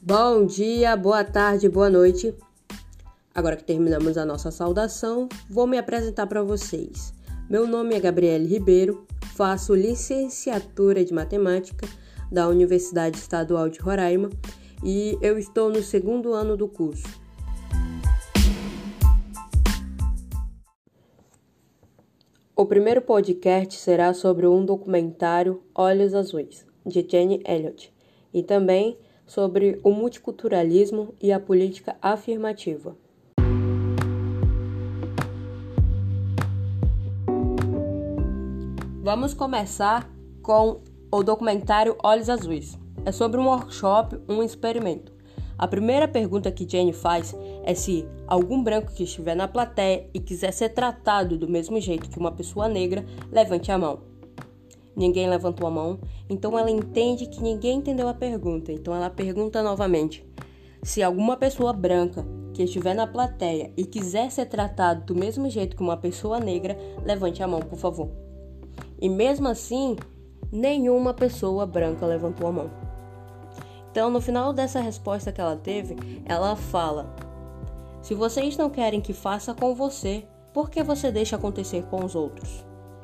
Bom dia, boa tarde, boa noite. Agora que terminamos a nossa saudação, vou me apresentar para vocês. Meu nome é Gabriele Ribeiro, faço licenciatura de Matemática da Universidade Estadual de Roraima e eu estou no segundo ano do curso. O primeiro podcast será sobre um documentário Olhos Azuis, de Jane Elliott, e também sobre o multiculturalismo e a política afirmativa. Vamos começar com o documentário Olhos Azuis. É sobre um workshop, um experimento. A primeira pergunta que Jane faz é se algum branco que estiver na plateia e quiser ser tratado do mesmo jeito que uma pessoa negra, levante a mão. Ninguém levantou a mão, então ela entende que ninguém entendeu a pergunta. Então ela pergunta novamente: se alguma pessoa branca que estiver na plateia e quiser ser tratado do mesmo jeito que uma pessoa negra, levante a mão, por favor. E mesmo assim, nenhuma pessoa branca levantou a mão. Então, no final dessa resposta que ela teve, ela fala: se vocês não querem que faça com você, por que você deixa acontecer com os outros?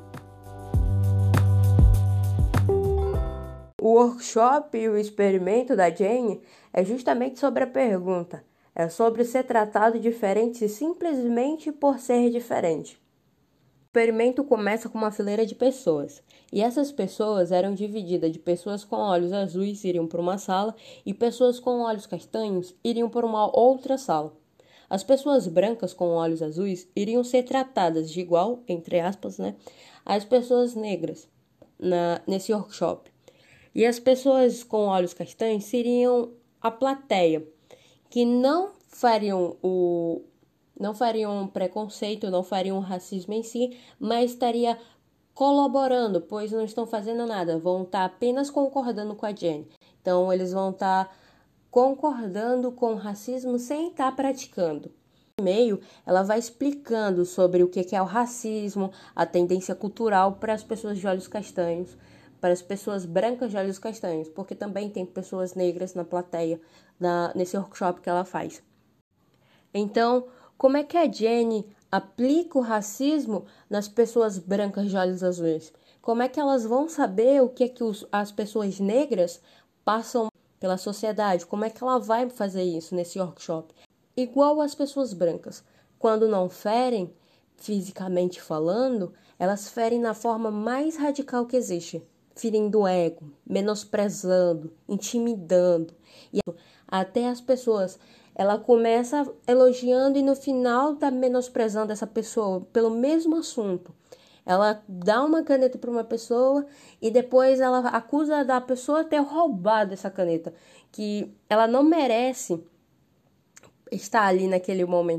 O workshop e o experimento da Jane é justamente sobre a pergunta. É sobre ser tratado diferente simplesmente por ser diferente. O experimento começa com uma fileira de pessoas, e essas pessoas eram divididas de pessoas com olhos azuis iriam para uma sala e pessoas com olhos castanhos iriam para uma outra sala. As pessoas brancas com olhos azuis iriam ser tratadas de igual, entre aspas, às pessoas negras nesse workshop. E as pessoas com olhos castanhos seriam a plateia, que não fariam preconceito, não fariam racismo em si, mas estaria colaborando, pois não estão fazendo nada, vão estar apenas concordando com a Jane. Então, eles vão estar concordando com o racismo sem estar praticando. No meio, ela vai explicando sobre o que é o racismo, a tendência cultural para as pessoas de olhos castanhos, para as pessoas brancas de olhos castanhos, porque também tem pessoas negras na plateia, nesse workshop que ela faz. Então, como é que a Jane aplica o racismo nas pessoas brancas de olhos azuis? Como é que elas vão saber o que as pessoas negras passam pela sociedade? Como é que ela vai fazer isso nesse workshop? Igual as pessoas brancas, quando não ferem, fisicamente falando, elas ferem na forma mais radical que existe, ferindo o ego, menosprezando, intimidando. E até as pessoas, ela começa elogiando e no final tá menosprezando essa pessoa pelo mesmo assunto. Ela dá uma caneta para uma pessoa e depois ela acusa da pessoa ter roubado essa caneta, que ela não merece estar ali naquele momento.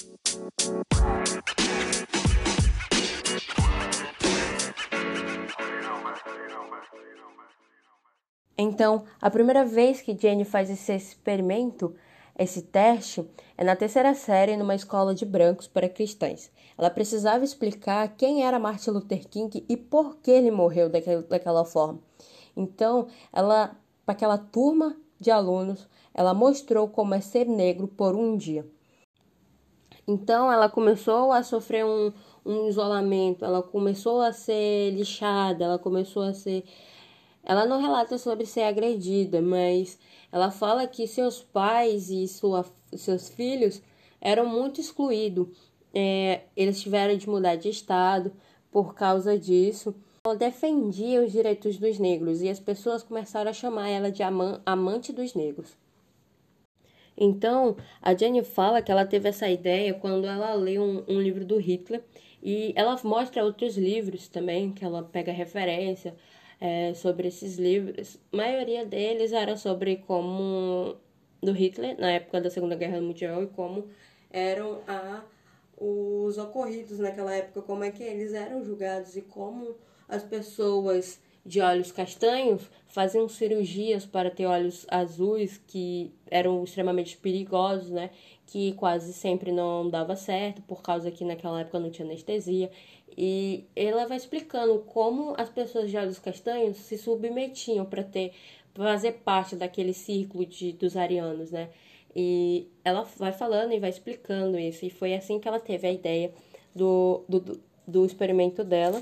Então, a primeira vez que Jane faz esse experimento, esse teste, é na terceira série numa escola de brancos para cristãs. Ela precisava explicar quem era Martin Luther King e por que ele morreu daquela forma. Então, para aquela turma de alunos, ela mostrou como é ser negro por um dia. Então, ela começou a sofrer um isolamento, ela começou a ser lixada, Ela não relata sobre ser agredida, mas ela fala que seus pais e seus filhos eram muito excluídos. Eles tiveram de mudar de estado por causa disso. Ela defendia os direitos dos negros e as pessoas começaram a chamar ela de amante dos negros. Então, a Jane fala que ela teve essa ideia quando ela lê um livro do Hitler e ela mostra outros livros também, que ela pega referência sobre esses livros. A maioria deles era sobre como do Hitler, na época da Segunda Guerra Mundial, e como eram os ocorridos naquela época, como é que eles eram julgados e como as pessoas de olhos castanhos faziam cirurgias para ter olhos azuis, que eram extremamente perigosos, que quase sempre não dava certo, por causa que naquela época não tinha anestesia. E ela vai explicando como as pessoas de olhos castanhos se submetiam para fazer parte daquele círculo dos arianos, né? E ela vai falando e vai explicando isso. E foi assim que ela teve a ideia do experimento dela.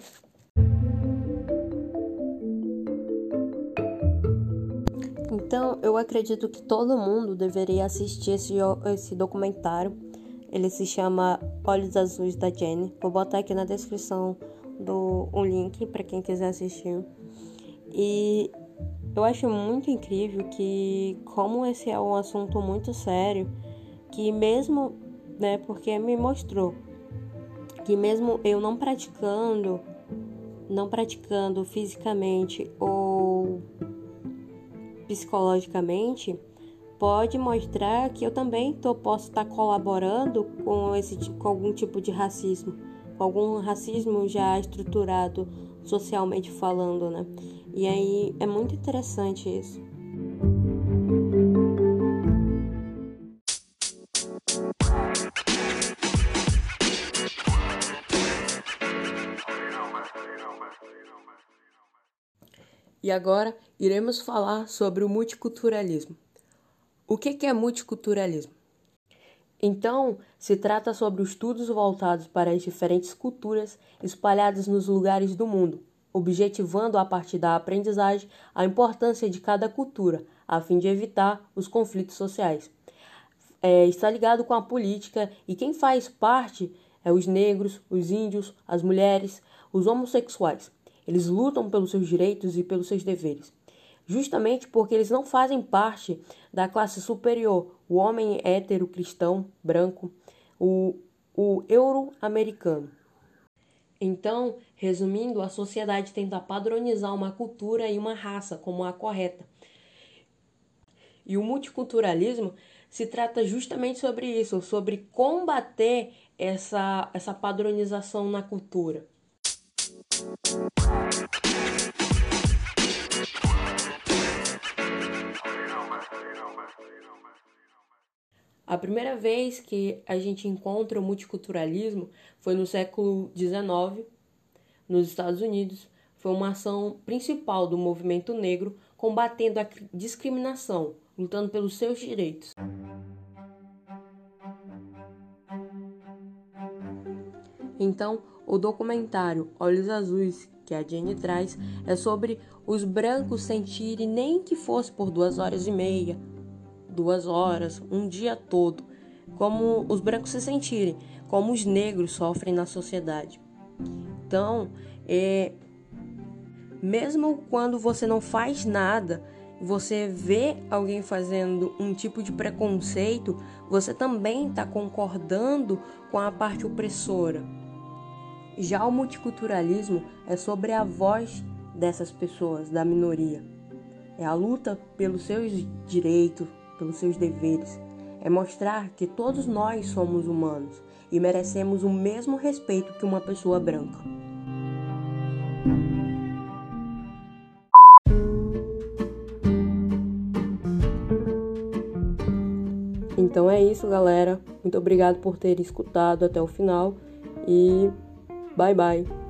Então, eu acredito que todo mundo deveria assistir esse documentário. Ele se chama Olhos Azuis da Jenny. Vou botar aqui na descrição um link para quem quiser assistir. E eu acho muito incrível que, como esse é um assunto muito sério, que mesmo, né, porque me mostrou que mesmo eu não praticando fisicamente ou psicologicamente, pode mostrar que eu também posso estar colaborando com algum tipo de racismo, com algum racismo já estruturado socialmente falando, né? E aí é muito interessante isso. E agora iremos falar sobre o multiculturalismo. O que é multiculturalismo? Então, se trata sobre estudos voltados para as diferentes culturas espalhadas nos lugares do mundo, objetivando a partir da aprendizagem a importância de cada cultura, a fim de evitar os conflitos sociais. Está ligado com a política e quem faz parte é os negros, os índios, as mulheres, os homossexuais. Eles lutam pelos seus direitos e pelos seus deveres, justamente porque eles não fazem parte da classe superior, o homem hétero, cristão, branco, o euro-americano. Então, resumindo, a sociedade tenta padronizar uma cultura e uma raça como a correta. E o multiculturalismo se trata justamente sobre isso, sobre combater essa padronização na cultura. A primeira vez que a gente encontra o multiculturalismo foi no século XIX, nos Estados Unidos. Foi uma ação principal do movimento negro combatendo a discriminação, lutando pelos seus direitos. Então, o documentário Olhos Azuis, que a Jenny traz, é sobre os brancos sentirem, nem que fosse por 2h30, 2 horas, um dia todo, como os brancos se sentirem, como os negros sofrem na sociedade. Então, mesmo quando você não faz nada, você vê alguém fazendo um tipo de preconceito, você também está concordando com a parte opressora. Já o multiculturalismo é sobre a voz dessas pessoas, da minoria. É a luta pelos seus direitos, pelos seus deveres. É mostrar que todos nós somos humanos e merecemos o mesmo respeito que uma pessoa branca. Então é isso, galera. Muito obrigado por ter escutado até o final e bye bye.